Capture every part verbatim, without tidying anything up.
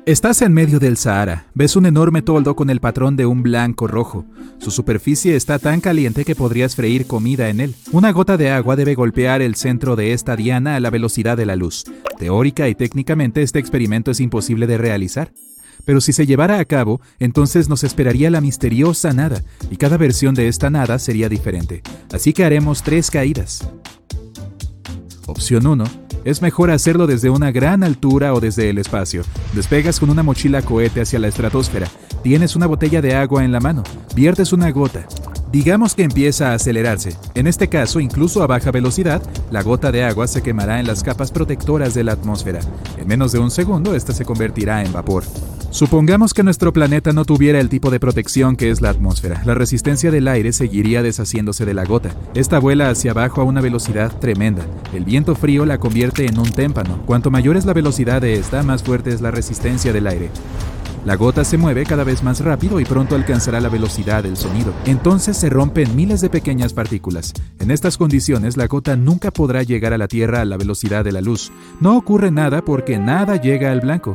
Estás en medio del Sahara. Ves un enorme toldo con el patrón de un blanco rojo. Su superficie está tan caliente que podrías freír comida en él. Una gota de agua debe golpear el centro de esta diana a la velocidad de la luz. Teórica y técnicamente este experimento es imposible de realizar. Pero si se llevara a cabo, entonces nos esperaría la misteriosa nada, y cada versión de esta nada sería diferente. Así que haremos tres caídas. Opción uno. Es mejor hacerlo desde una gran altura o desde el espacio. Despegas con una mochila cohete hacia la estratosfera. Tienes una botella de agua en la mano. Viertes una gota. Digamos que empieza a acelerarse. En este caso, incluso a baja velocidad, la gota de agua se quemará en las capas protectoras de la atmósfera. En menos de un segundo, esta se convertirá en vapor. Supongamos que nuestro planeta no tuviera el tipo de protección que es la atmósfera. La resistencia del aire seguiría deshaciéndose de la gota. Esta vuela hacia abajo a una velocidad tremenda. El viento frío la convierte en un témpano. Cuanto mayor es la velocidad de esta, más fuerte es la resistencia del aire. La gota se mueve cada vez más rápido y pronto alcanzará la velocidad del sonido. Entonces se rompen miles de pequeñas partículas. En estas condiciones, la gota nunca podrá llegar a la Tierra a la velocidad de la luz. No ocurre nada porque nada llega al blanco.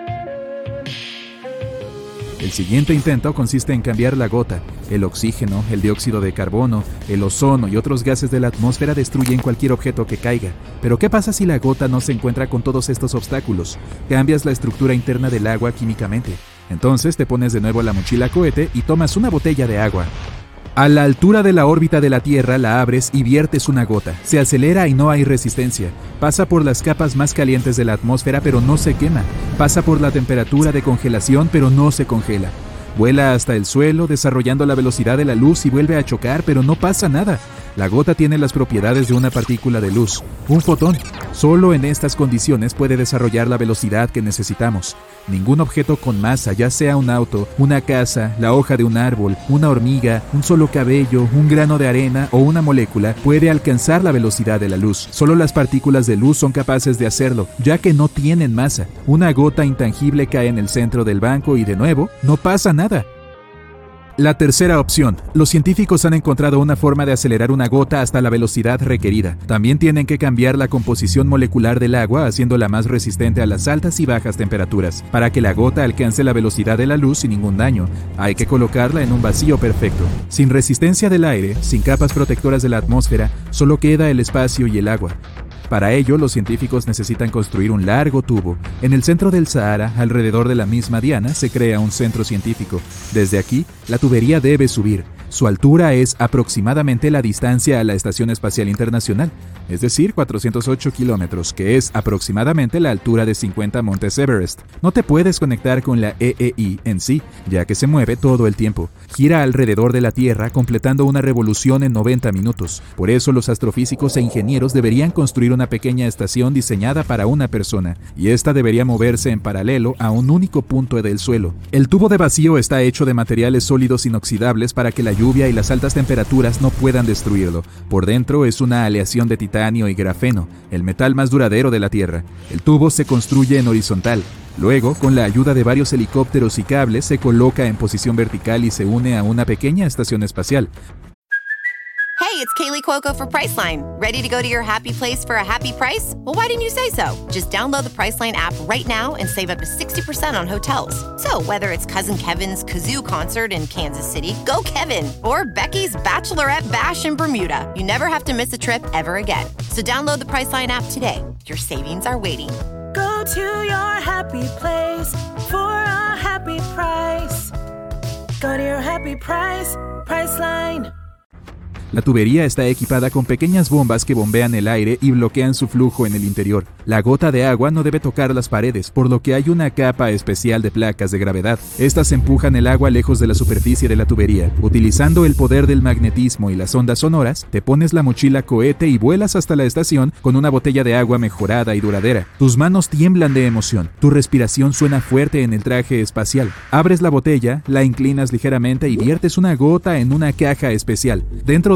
El siguiente intento consiste en cambiar la gota. El oxígeno, el dióxido de carbono, el ozono y otros gases de la atmósfera destruyen cualquier objeto que caiga. Pero ¿qué pasa si la gota no se encuentra con todos estos obstáculos? Cambias la estructura interna del agua químicamente. Entonces te pones de nuevo la mochila cohete y tomas una botella de agua. A la altura de la órbita de la Tierra la abres y viertes una gota. Se acelera y no hay resistencia. Pasa por las capas más calientes de la atmósfera pero no se quema. Pasa por la temperatura de congelación pero no se congela. Vuela hasta el suelo desarrollando la velocidad de la luz y vuelve a chocar pero no pasa nada. La gota tiene las propiedades de una partícula de luz, un fotón. Solo en estas condiciones puede desarrollar la velocidad que necesitamos. Ningún objeto con masa, ya sea un auto, una casa, la hoja de un árbol, una hormiga, un solo cabello, un grano de arena o una molécula, puede alcanzar la velocidad de la luz. Solo las partículas de luz son capaces de hacerlo, ya que no tienen masa. Una gota intangible cae en el centro del banco y de nuevo, no pasa nada. La tercera opción. Los científicos han encontrado una forma de acelerar una gota hasta la velocidad requerida. También tienen que cambiar la composición molecular del agua, haciéndola más resistente a las altas y bajas temperaturas. Para que la gota alcance la velocidad de la luz sin ningún daño, hay que colocarla en un vacío perfecto. Sin resistencia del aire, sin capas protectoras de la atmósfera, solo queda el espacio y el agua. Para ello, los científicos necesitan construir un largo tubo. En el centro del Sahara, alrededor de la misma diana, se crea un centro científico. Desde aquí, la tubería debe subir. Su altura es aproximadamente la distancia a la Estación Espacial Internacional, es decir, cuatrocientos ocho kilómetros, que es aproximadamente la altura de cincuenta montes Everest. No te puedes conectar con la E E I en sí, ya que se mueve todo el tiempo. Gira alrededor de la Tierra, completando una revolución en noventa minutos. Por eso los astrofísicos e ingenieros deberían construir una pequeña estación diseñada para una persona, y esta debería moverse en paralelo a un único punto del suelo. El tubo de vacío está hecho de materiales sólidos inoxidables para que la lluvia y las altas temperaturas no puedan destruirlo. Por dentro es una aleación de titanio y grafeno, el metal más duradero de la Tierra. El tubo se construye en horizontal. Luego, con la ayuda de varios helicópteros y cables, se coloca en posición vertical y se une a una pequeña estación espacial. Hey, it's Kaylee Cuoco for Priceline. Ready to go to your happy place for a happy price? Well, why didn't you say so? Just download the Priceline app right now and save up to sixty percent on hotels. So whether it's Cousin Kevin's Kazoo Concert in Kansas City, go Kevin, or Becky's Bachelorette Bash in Bermuda, you never have to miss a trip ever again. So download the Priceline app today. Your savings are waiting. Go to your happy place for a happy price. Go to your happy price, Priceline. La tubería está equipada con pequeñas bombas que bombean el aire y bloquean su flujo en el interior. La gota de agua no debe tocar las paredes, por lo que hay una capa especial de placas de gravedad. Estas empujan el agua lejos de la superficie de la tubería. Utilizando el poder del magnetismo y las ondas sonoras, te pones la mochila cohete y vuelas hasta la estación con una botella de agua mejorada y duradera. Tus manos tiemblan de emoción. Tu respiración suena fuerte en el traje espacial. Abres la botella, la inclinas ligeramente y viertes una gota en una caja especial. Dentro de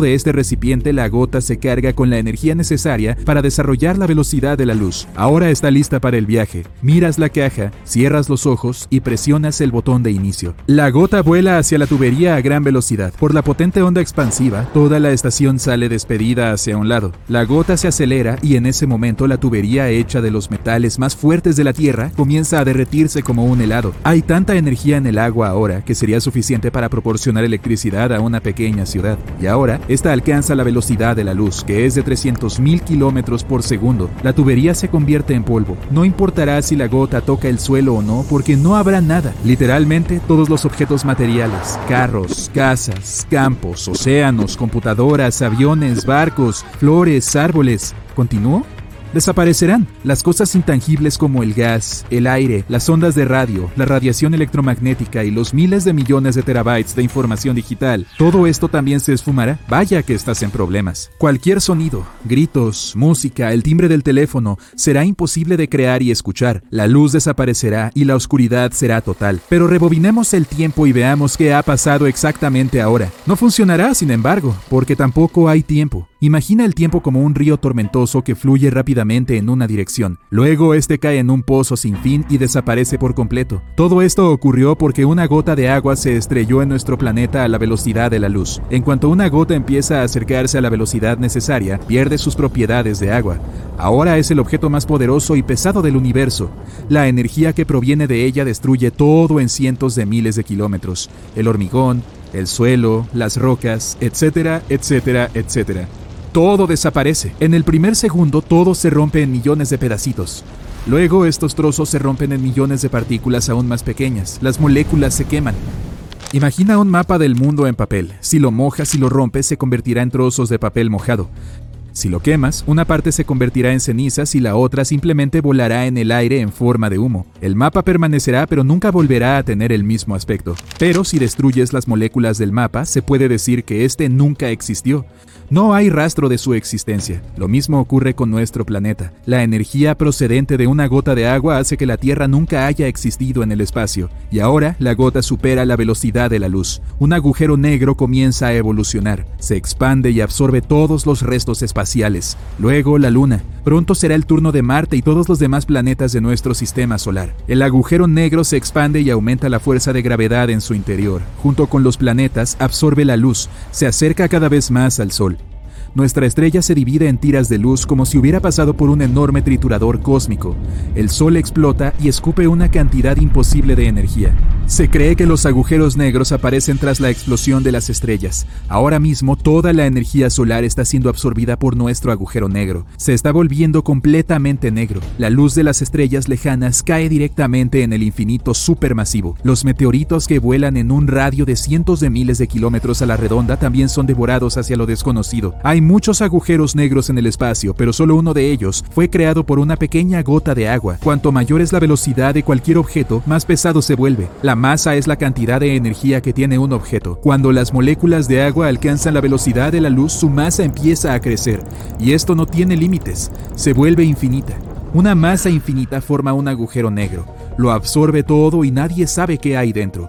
de este recipiente la gota se carga con la energía necesaria para desarrollar la velocidad de la luz. Ahora está lista para el viaje. Miras la caja, cierras los ojos y presionas el botón de inicio. La gota vuela hacia la tubería a gran velocidad. Por la potente onda expansiva, toda la estación sale despedida hacia un lado. La gota se acelera y en ese momento la tubería hecha de los metales más fuertes de la Tierra comienza a derretirse como un helado. Hay tanta energía en el agua ahora que sería suficiente para proporcionar electricidad a una pequeña ciudad. Y ahora, esta alcanza la velocidad de la luz, que es de trescientos mil kilómetros por segundo. La tubería se convierte en polvo. No importará si la gota toca el suelo o no, porque no habrá nada. Literalmente, todos los objetos materiales, carros, casas, campos, océanos, computadoras, aviones, barcos, flores, árboles. ¿Continúo? Desaparecerán. Las cosas intangibles como el gas, el aire, las ondas de radio, la radiación electromagnética y los miles de millones de terabytes de información digital. Todo esto también se esfumará. Vaya que estás en problemas. Cualquier sonido, gritos, música, el timbre del teléfono, será imposible de crear y escuchar. La luz desaparecerá y la oscuridad será total. Pero rebobinemos el tiempo y veamos qué ha pasado exactamente ahora. No funcionará, sin embargo, porque tampoco hay tiempo. Imagina el tiempo como un río tormentoso que fluye rápidamente en una dirección. Luego este cae en un pozo sin fin y desaparece por completo. Todo esto ocurrió porque una gota de agua se estrelló en nuestro planeta a la velocidad de la luz. En cuanto una gota empieza a acercarse a la velocidad necesaria, pierde sus propiedades de agua. Ahora es el objeto más poderoso y pesado del universo. La energía que proviene de ella destruye todo en cientos de miles de kilómetros. El hormigón, el suelo, las rocas, etcétera, etcétera, etcétera. Todo desaparece. En el primer segundo todo se rompe en millones de pedacitos. Luego estos trozos se rompen en millones de partículas aún más pequeñas. Las moléculas se queman. Imagina un mapa del mundo en papel. Si lo mojas y lo rompes, se convertirá en trozos de papel mojado. Si lo quemas, una parte se convertirá en cenizas y la otra simplemente volará en el aire en forma de humo. El mapa permanecerá, pero nunca volverá a tener el mismo aspecto. Pero si destruyes las moléculas del mapa, se puede decir que este nunca existió. No hay rastro de su existencia. Lo mismo ocurre con nuestro planeta. La energía procedente de una gota de agua hace que la Tierra nunca haya existido en el espacio. Y ahora, la gota supera la velocidad de la luz. Un agujero negro comienza a evolucionar. Se expande y absorbe todos los restos espaciales. Luego, la Luna. Pronto será el turno de Marte y todos los demás planetas de nuestro sistema solar. El agujero negro se expande y aumenta la fuerza de gravedad en su interior. Junto con los planetas, absorbe la luz. Se acerca cada vez más al Sol. Nuestra estrella se divide en tiras de luz como si hubiera pasado por un enorme triturador cósmico. El Sol explota y escupe una cantidad imposible de energía. Se cree que los agujeros negros aparecen tras la explosión de las estrellas. Ahora mismo toda la energía solar está siendo absorbida por nuestro agujero negro. Se está volviendo completamente negro. La luz de las estrellas lejanas cae directamente en el infinito supermasivo. Los meteoritos que vuelan en un radio de cientos de miles de kilómetros a la redonda también son devorados hacia lo desconocido. Hay muchos agujeros negros en el espacio, pero solo uno de ellos fue creado por una pequeña gota de agua. Cuanto mayor es la velocidad de cualquier objeto, más pesado se vuelve. La masa es la cantidad de energía que tiene un objeto. Cuando las moléculas de agua alcanzan la velocidad de la luz, su masa empieza a crecer. Y esto no tiene límites. Se vuelve infinita. Una masa infinita forma un agujero negro. Lo absorbe todo y nadie sabe qué hay dentro.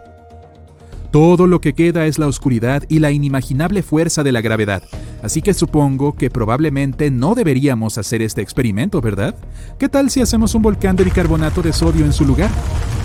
Todo lo que queda es la oscuridad y la inimaginable fuerza de la gravedad. Así que supongo que probablemente no deberíamos hacer este experimento, ¿verdad? ¿Qué tal si hacemos un volcán de bicarbonato de sodio en su lugar?